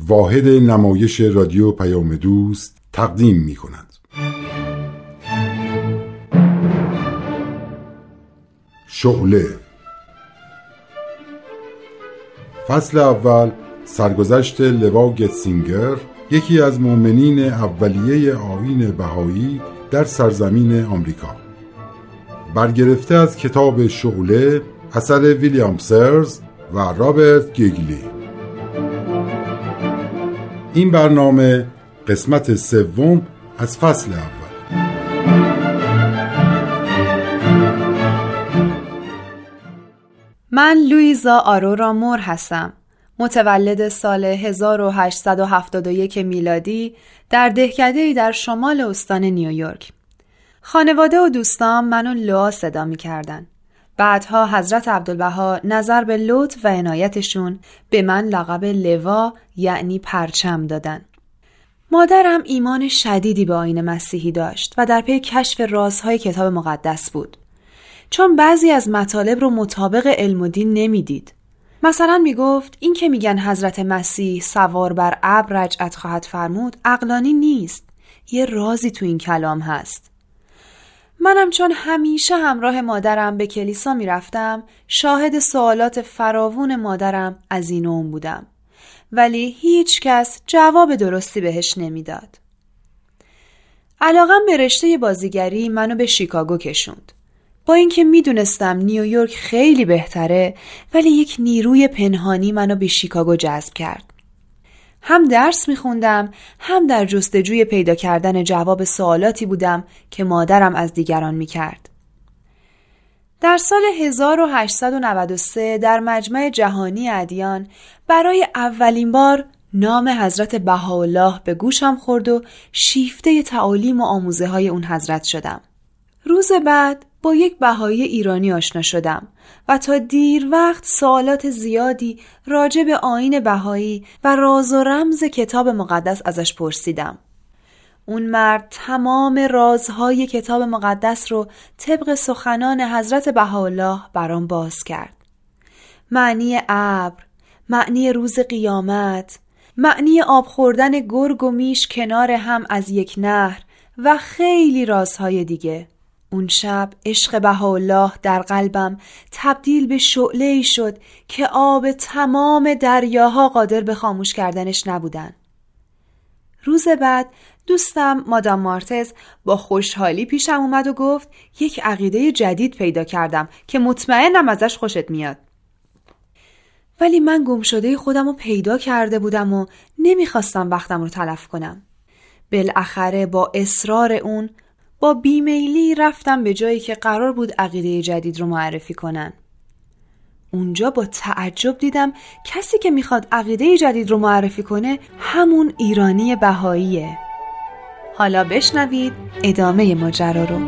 واحد نمایش رادیو پیام دوست تقدیم می کند. شعله. فصل اول، سرگذشت لوا گتسینگر، یکی از مؤمنین اولیه آیین بهایی در سرزمین آمریکا. برگرفته از کتاب شعله اثر ویلیام سرز و رابرت گیگلی. این برنامه قسمت سوم از فصل اول. من لویزا آرورا مور هستم. متولد سال 1871 میلادی در دهکده‌ای در شمال استان نیویورک. خانواده و دوستام منو لوا صدا می‌کردن. بعدها حضرت عبدالبها نظر به لطف و عنایتشون به من لقب لوا یعنی پرچم دادن. مادرم ایمان شدیدی به آیین مسیحی داشت و در پی کشف رازهای کتاب مقدس بود. چون بعضی از مطالب رو مطابق علم و دین نمیدید. مثلا میگفت این که میگن حضرت مسیح سوار بر ابر رجعت خواهد فرمود عقلانی نیست. یه رازی تو این کلام هست. منم چون همیشه همراه مادرم به کلیسا میرفتم شاهد سوالات فراوون مادرم از این و اون بودم. ولی هیچ کس جواب درستی بهش نمیداد. علاقم به رشته بازیگری منو به شیکاگو کشوند. با اینکه میدونستم نیویورک خیلی بهتره ولی یک نیروی پنهانی منو به شیکاگو جذب کرد. هم درس میخوندم هم در جستجوی پیدا کردن جواب سوالاتی بودم که مادرم از دیگران میکرد. در سال 1893 در مجمع جهانی ادیان برای اولین بار نام حضرت بهاءالله به گوشم خورد و شیفته تعالیم و آموزه های اون حضرت شدم. روز بعد با یک بهایی ایرانی آشنا شدم و تا دیر وقت سوالات زیادی راجع به آیین بهایی و راز و رمز کتاب مقدس ازش پرسیدم. اون مرد تمام رازهای کتاب مقدس رو طبق سخنان حضرت بهاءالله برام باز کرد. معنی ابر، معنی روز قیامت، معنی آب خوردن گرگ و میش کنار هم از یک نهر و خیلی رازهای دیگه. اون شب عشق بهاءالله در قلبم تبدیل به شعله‌ای شد که آب تمام دریاها قادر به خاموش کردنش نبودن. روز بعد دوستم مادام مارتز با خوشحالی پیشم اومد و گفت یک عقیده جدید پیدا کردم که مطمئنم ازش خوشت میاد. ولی من گمشده خودم رو پیدا کرده بودم و نمیخواستم وقتم رو تلف کنم. بالاخره با اصرار اون با بیمیلی رفتم به جایی که قرار بود عقیده جدید رو معرفی کنن. اونجا با تعجب دیدم کسی که میخواد عقیده جدید رو معرفی کنه همون ایرانی بهاییه. حالا بشنوید ادامه ماجرا رو.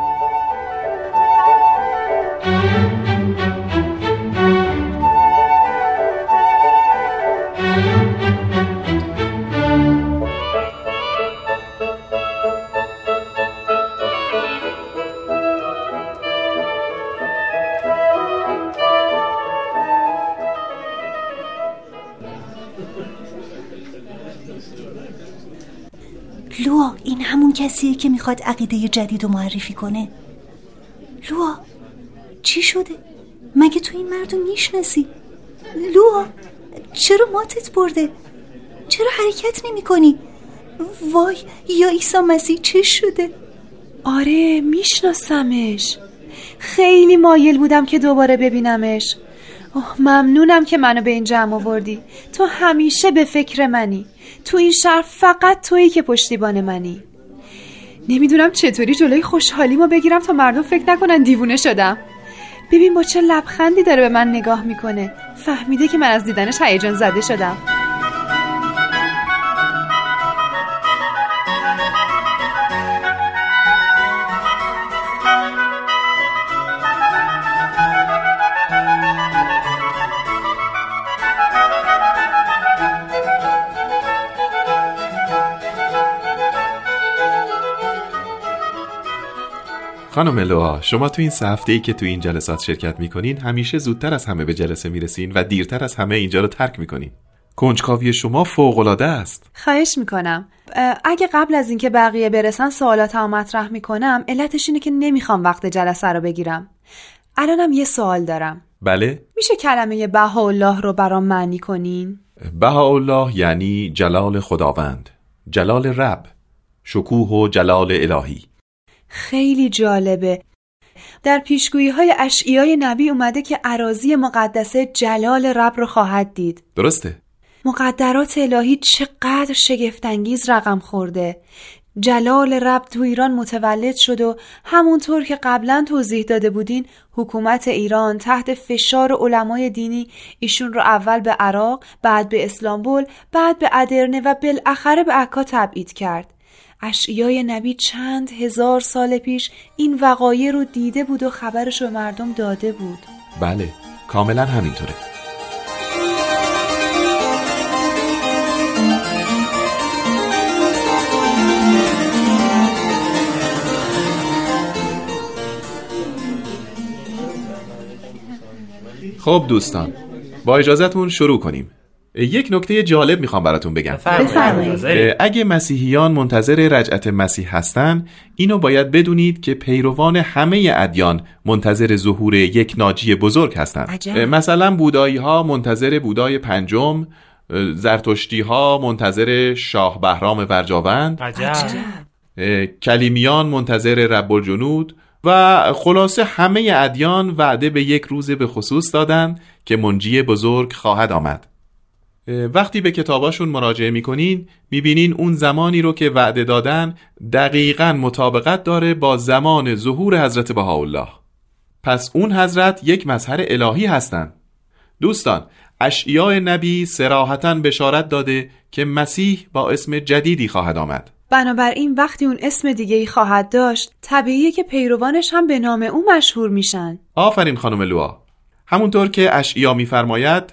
لوا، این همون کسیه که میخواد عقیده جدید رو معرفی کنه. لوا، چی شده؟ مگه تو این مردو میشناسی؟ لوا، چرا ماتت برده؟ چرا حرکت نمی کنی؟ وای، یا عیسی مسیح چی شده؟ آره میشناسمش. خیلی مایل بودم که دوباره ببینمش. ممنونم که منو به این جمع آوردی. تو همیشه به فکر منی. تو این شهر فقط تویی که پشتیبان منی. نمیدونم چطوری جلوی خوشحالیمو بگیرم تا مردم فکر نکنن دیوونه شدم. ببین با چه لبخندی داره به من نگاه میکنه. فهمیده که من از دیدنش هیجان زده شدم. خانم لوا، شما تو این 3 هفته‌ای که تو این جلسات شرکت میکنین همیشه زودتر از همه به جلسه میرسین و دیرتر از همه اینجا رو ترک میکنین. کنجکاوی شما فوق‌العاده است. خواهش میکنم. اگه قبل از اینکه بقیه برسن سوالاتمو مطرح میکنم، علتش اینه که نمیخوام وقت جلسه رو بگیرم. الانم یه سوال دارم. بله؟ میشه کلمه بهاءالله رو برام معنی کنین؟ بهاءالله یعنی جلال خداوند، جلال رب، شکوه و جلال الهی. خیلی جالبه. در پیشگویی‌های اشعیای نبی اومده که اراضی مقدسه جلال رب رو خواهد دید. درسته؟ مقدرات الهی چقدر شگفت‌انگیز رقم خورده. جلال رب تو ایران متولد شد و همونطور که قبلا توضیح داده بودین حکومت ایران تحت فشار علمای دینی ایشون رو اول به عراق، بعد به اسلامبول، بعد به ادرنه و بالاخره به عکا تبعید کرد. اشعیای نبی چند هزار سال پیش این وقایع رو دیده بود و خبرش رو مردم داده بود. بله، کاملا همینطوره. خب دوستان، با اجازهتون شروع کنیم. یک نکته جالب میخوام براتون بگم. اگه مسیحیان منتظر رجعت مسیح هستن، اینو باید بدونید که پیروان همه ادیان منتظر ظهور یک ناجی بزرگ هستن. مثلا بودایی ها منتظر بودای پنجم، زرتشتی ها منتظر شاه بهرام ورجاوند، کلیمیان منتظر رب الجنود و خلاصه همه ادیان وعده به یک روز به خصوص دادن که منجی بزرگ خواهد آمد. وقتی به کتاباشون مراجعه میکنین میبینین اون زمانی رو که وعده دادن دقیقاً مطابقت داره با زمان ظهور حضرت بهاءالله. پس اون حضرت یک مظهر الهی هستن. دوستان، اشعیاء نبی صراحتاً بشارت داده که مسیح با اسم جدیدی خواهد آمد. بنابراین وقتی اون اسم دیگه‌ای خواهد داشت، طبیعیه که پیروانش هم به نام او مشهور میشن. آفرین خانم لوا. همونطور که اشعیا میفرماید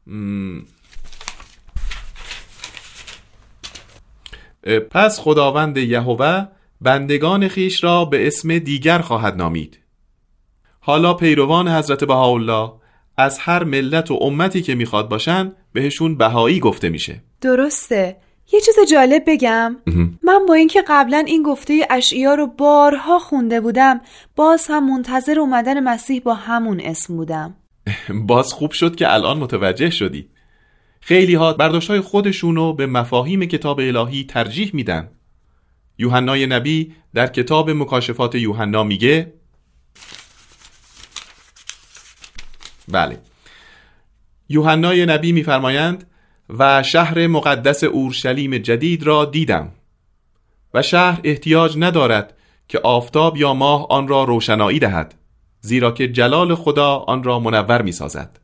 پس خداوند یهوه بندگان خیش را به اسم دیگر خواهد نامید. حالا پیروان حضرت بهاءالله از هر ملت و امتی که میخواد باشن بهشون بهایی گفته میشه. درسته. یه چیز جالب بگم. من با اینکه قبلا این گفته اشعیا رو بارها خونده بودم، باز هم منتظر اومدن مسیح با همون اسم بودم. باز خوب شد که الان متوجه شدی. خیلی ها برداشت‌های خودشونو به مفاهیم کتاب الهی ترجیح میدن. یوحنای نبی در کتاب مکاشفات یوحنا میگه بله، یوحنای نبی میفرمایند و شهر مقدس اورشلیم جدید را دیدم و شهر احتیاج ندارد که آفتاب یا ماه آن را روشنایی دهد، زیرا که جلال خدا آن را منور می سازد.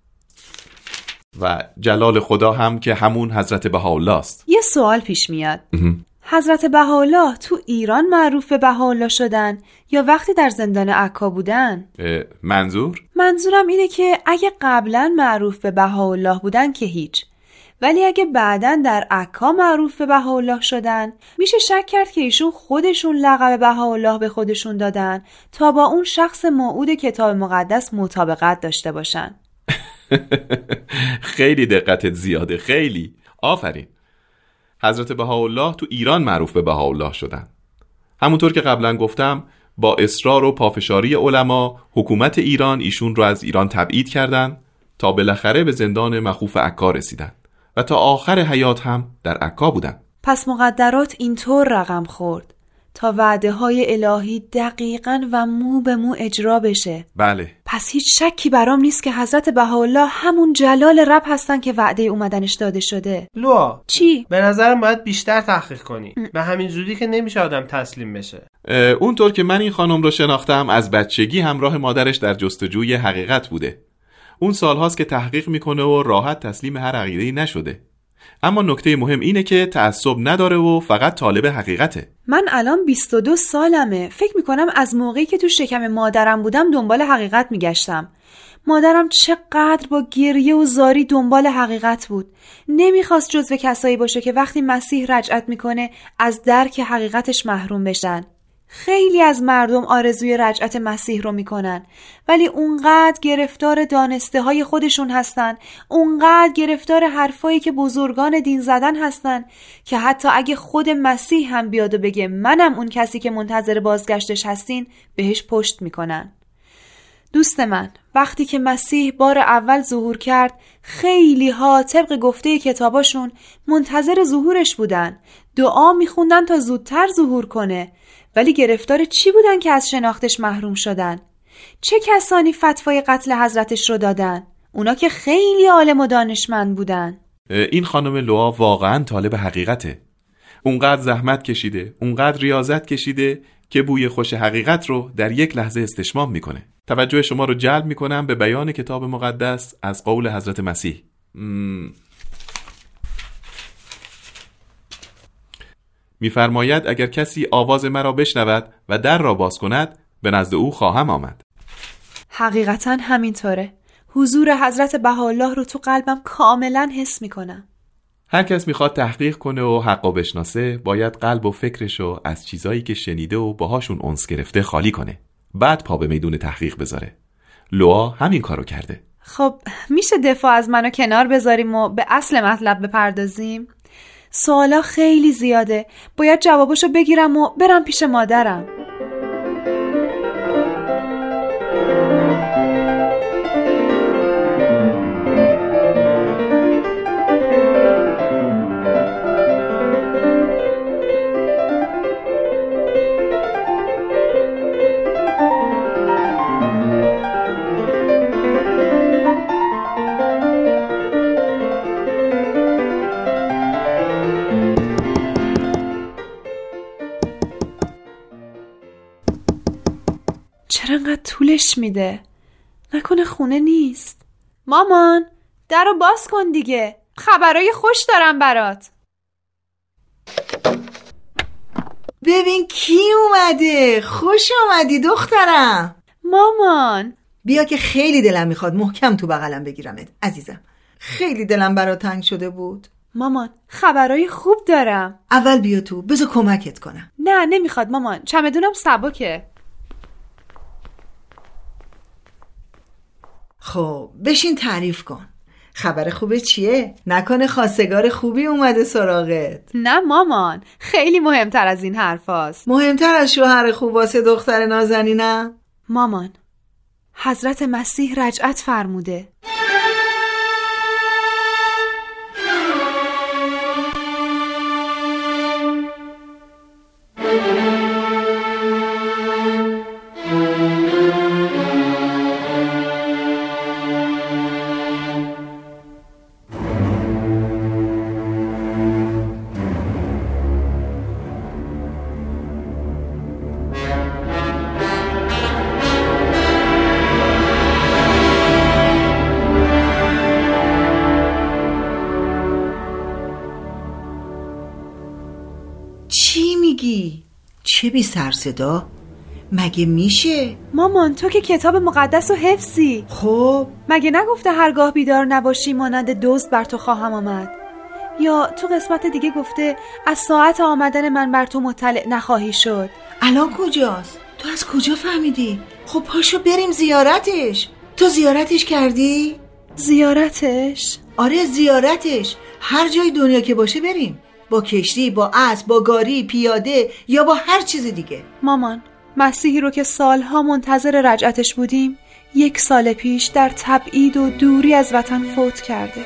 و جلال خدا هم که همون حضرت بهاءالله است. یه سوال پیش میاد. حضرت بهاءالله تو ایران معروف به بهاءالله شدن یا وقتی در زندان عکا بودن؟ منظورم اینه که اگه قبلا معروف به بهاءالله بودن که هیچ، ولی اگه بعدن در عکا معروف به بهاءالله شدن، میشه شک کرد که ایشون خودشون لقب بهاءالله به خودشون دادن تا با اون شخص موعود کتاب مقدس مطابقت داشته باشن. خیلی دقتت زیاده، خیلی. آفرین. حضرت بهاءالله تو ایران معروف به بهاءالله شدن. همونطور که قبلا گفتم، با اصرار و پافشاری علما حکومت ایران ایشون رو از ایران تبعید کردن تا بالاخره به زندان مخوف عکا رسیدن و تا آخر حیات هم در عکا بودن. پس مقدرات اینطور رقم خورد تا وعده های الهی دقیقاً و مو به مو اجرا بشه. بله. پس هیچ شکی برام نیست که حضرت بهاءالله همون جلال رب هستن که وعده اومدنش داده شده. لوا، چی؟ به نظرم باید بیشتر تحقیق کنی. به همین زودی که نمیشه آدم تسلیم بشه. اونطور که من این خانم رو شناختم، از بچگی همراه مادرش در جستجوی حقیقت بوده. اون سالهاست که تحقیق میکنه و راحت تسلیم هر عقیده‌ای نشده. اما نکته مهم اینه که تعصب نداره و فقط طالب حقیقته. من الان 22 سالمه. فکر میکنم از موقعی که تو شکم مادرم بودم دنبال حقیقت میگشتم. مادرم چقدر با گریه و زاری دنبال حقیقت بود. نمیخواست جزو کسایی باشه که وقتی مسیح رجعت میکنه از درک حقیقتش محروم بشن. خیلی از مردم آرزوی رجعت مسیح رو میکنن، ولی اونقدر گرفتار دانسته های خودشون هستن، اونقدر گرفتار حرفایی که بزرگان دین زدن هستن که حتی اگه خود مسیح هم بیاد و بگه منم اون کسی که منتظر بازگشتش هستین، بهش پشت میکنن. دوست من، وقتی که مسیح بار اول ظهور کرد، خیلی ها طبق گفته کتاباشون منتظر ظهورش بودن، دعا میخوندن تا زودتر ظهور کنه، ولی گرفتار چی بودن که از شناختش محروم شدن؟ چه کسانی فتوای قتل حضرتش رو دادن؟ اونا که خیلی عالم و دانشمند بودن. این خانم لوا واقعا طالب حقیقته. اونقدر زحمت کشیده، اونقدر ریاضت کشیده که بوی خوش حقیقت رو در یک لحظه استشمام میکنه. توجه شما رو جلب میکنم به بیان کتاب مقدس از قول حضرت مسیح. میفرماید اگر کسی آواز مرا بشنود و در را باز کند، به نزد او خواهم آمد. حقیقتا همینطوره. حضور حضرت بهاءالله رو تو قلبم کاملا حس میکنم. هر کس میخواد تحقیق کنه و حقو بشناسه، باید قلب و فکرشو از چیزایی که شنیده و باهاشون انس گرفته خالی کنه، بعد پا به میدون تحقیق بذاره. لوا همین کارو کرده. خب میشه دفاع از منو کنار بذاریم و به اصل مطلب بپردازیم؟ سوالا خیلی زیاده، باید جوابشو بگیرم و برم پیش مادرم. چرا انقدر طولش میده؟ نکنه خونه نیست؟ مامان، در رو باز کن دیگه، خبرای خوش دارم برات. ببین کی اومده. خوش آمدی دخترم. مامان بیا که خیلی دلم میخواد محکم تو بغلم بگیرمت عزیزم. خیلی دلم برات تنگ شده بود. مامان خبرای خوب دارم. اول بیا تو، بذار کمکت کنم. نه نمیخواد مامان، چمدونم سبکه. خب بشین تعریف کن. خبر خوبه چیه؟ نکنه خواستگار خوبی اومده سراغت؟ نه مامان، خیلی مهمتر از این حرف هاست. مهمتر از شوهر خوب واسه دختر نازنینم؟ مامان، حضرت مسیح رجعت فرموده. چه بی سر صدا؟ مگه میشه؟ مامان تو که کتاب مقدس و حفظی. خب مگه نگفته هرگاه بیدار نباشی مانند دزد بر تو خواهم آمد؟ یا تو قسمت دیگه گفته از ساعت آمدن من بر تو مطلع نخواهی شد؟ الان کجاست؟ تو از کجا فهمیدی؟ خب پاشو بریم زیارتش. تو زیارتش کردی؟ زیارتش؟ آره زیارتش. هر جای دنیا که باشه بریم، با کشتی، با اسب، با گاری، پیاده یا با هر چیز دیگه. مامان، مسیحی رو که سالها منتظر رجعتش بودیم 1 سال پیش در تبعید و دوری از وطن فوت کرده.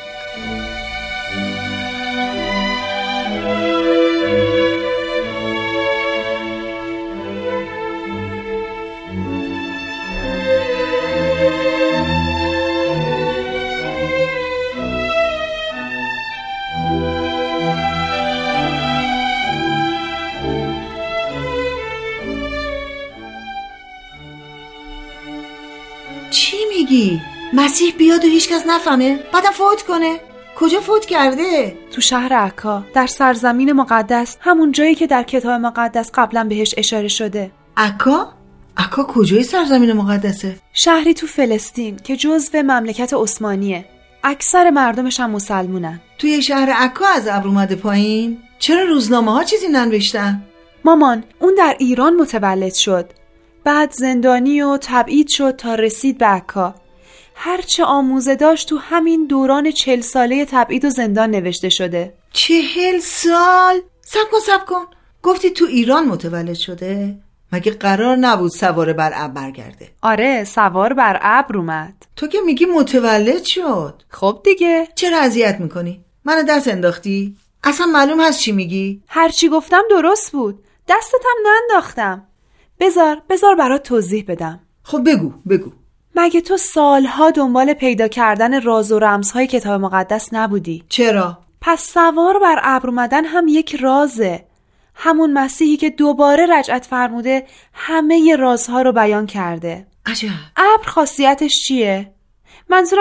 مسیح بیاد و هیچ کس نفهمه بعدم فوت کنه؟ کجا فوت کرده؟ تو شهر عکا، در سرزمین مقدس، همون جایی که در کتاب مقدس قبلا بهش اشاره شده. عکا؟ عکا کجای سرزمین مقدسه؟ شهری تو فلسطین که جزو مملکت عثمانیه. اکثر مردمش هم مسلمونن. توی شهر عکا از ابر اومده پایین؟ چرا روزنامه ها چیزی ننوشتن؟ مامان اون در ایران متولد شد، بعد زندانی و تبعید شد تا رسید به عکا. هرچه آموزه داشت تو همین دوران 40 ساله تبعید و زندان نوشته شده. 40 سال؟ صبر کن گفتی تو ایران متولد شده؟ مگه قرار نبود سوار بر ابر برگرده؟ آره سوار بر ابر اومد. تو که میگی متولد شد. خب دیگه چرا اذیت میکنی؟ منو دست انداختی؟ اصلا معلوم هست چی میگی؟ هرچی گفتم درست بود، دستتم ننداختم. بذار برات توضیح بدم. خب بگو. مگه تو سالها دنبال پیدا کردن راز و رمزهای کتاب مقدس نبودی؟ چرا؟ پس سوار بر ابر اومدن هم یک رازه. همون مسیحی که دوباره رجعت فرموده همه رازها رو بیان کرده. عجب. ابر خاصیتش چیه؟ منظورم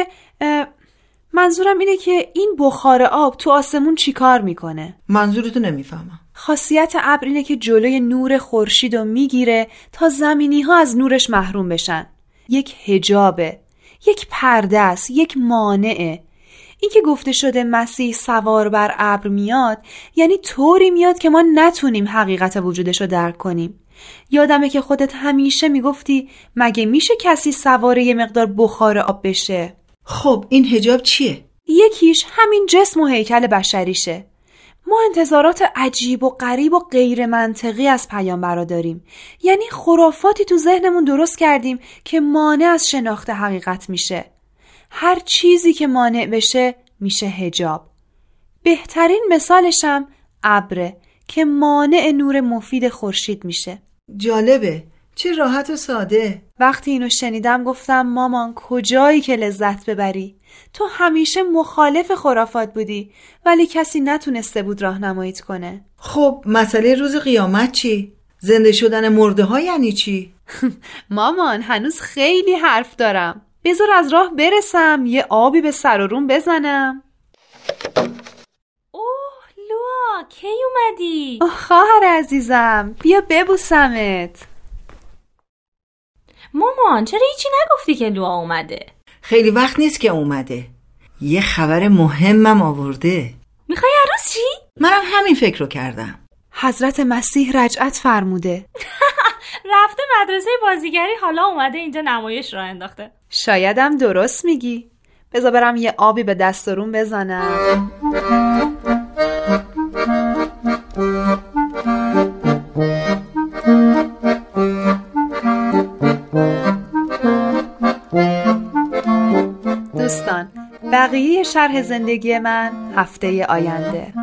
اینه که این بخار آب تو آسمون چی کار میکنه؟ منظورتو نمیفهمم. خاصیت ابر اینه که جلوی نور خورشید رو میگیره تا زمینی ها از نورش محروم بشن. یک حجابه، یک پرده است، یک مانعه. این که گفته شده مسیح سوار بر ابر میاد، یعنی طوری میاد که ما نتونیم حقیقت وجودش رو درک کنیم. یادمه که خودت همیشه میگفتی مگه میشه کسی سوار یه مقدار بخار آب بشه؟ خب این حجاب چیه؟ یکیش همین جسم و هیکل بشریشه. ما انتظارات عجیب و غریب و غیر منطقی از پیامبرا داریم. یعنی خرافاتی تو ذهنمون درست کردیم که مانع از شناخت حقیقت میشه. هر چیزی که مانع بشه میشه حجاب. بهترین مثالشم ابره که مانع نور مفید خورشید میشه. جالبه، چه راحت و ساده. وقتی اینو شنیدم گفتم مامان کجایی که لذت ببری؟ تو همیشه مخالف خرافات بودی ولی کسی نتونسته بود راهنماییت کنه. خب مسئله روز قیامت چی؟ زنده شدن مرده ها یعنی چی؟ مامان هنوز خیلی حرف دارم. بذار از راه برسم یه آبی به سر و روم بزنم. اوه لوا کی اومدی؟ خواهر عزیزم بیا ببوسمت. مامان چرا هیچی نگفتی که لوا اومده؟ خیلی وقت نیست که اومده، یه خبر مهمم آورده. میخوای عروس چی؟ منم همین فکر رو کردم. حضرت مسیح رجعت فرموده. رفته مدرسه بازیگری، حالا اومده اینجا نمایش راه انداخته. شایدم درست میگی. بذار برم یه آبی به دست و روم بزنم. دوستان بقیه شرح زندگی من هفته آینده.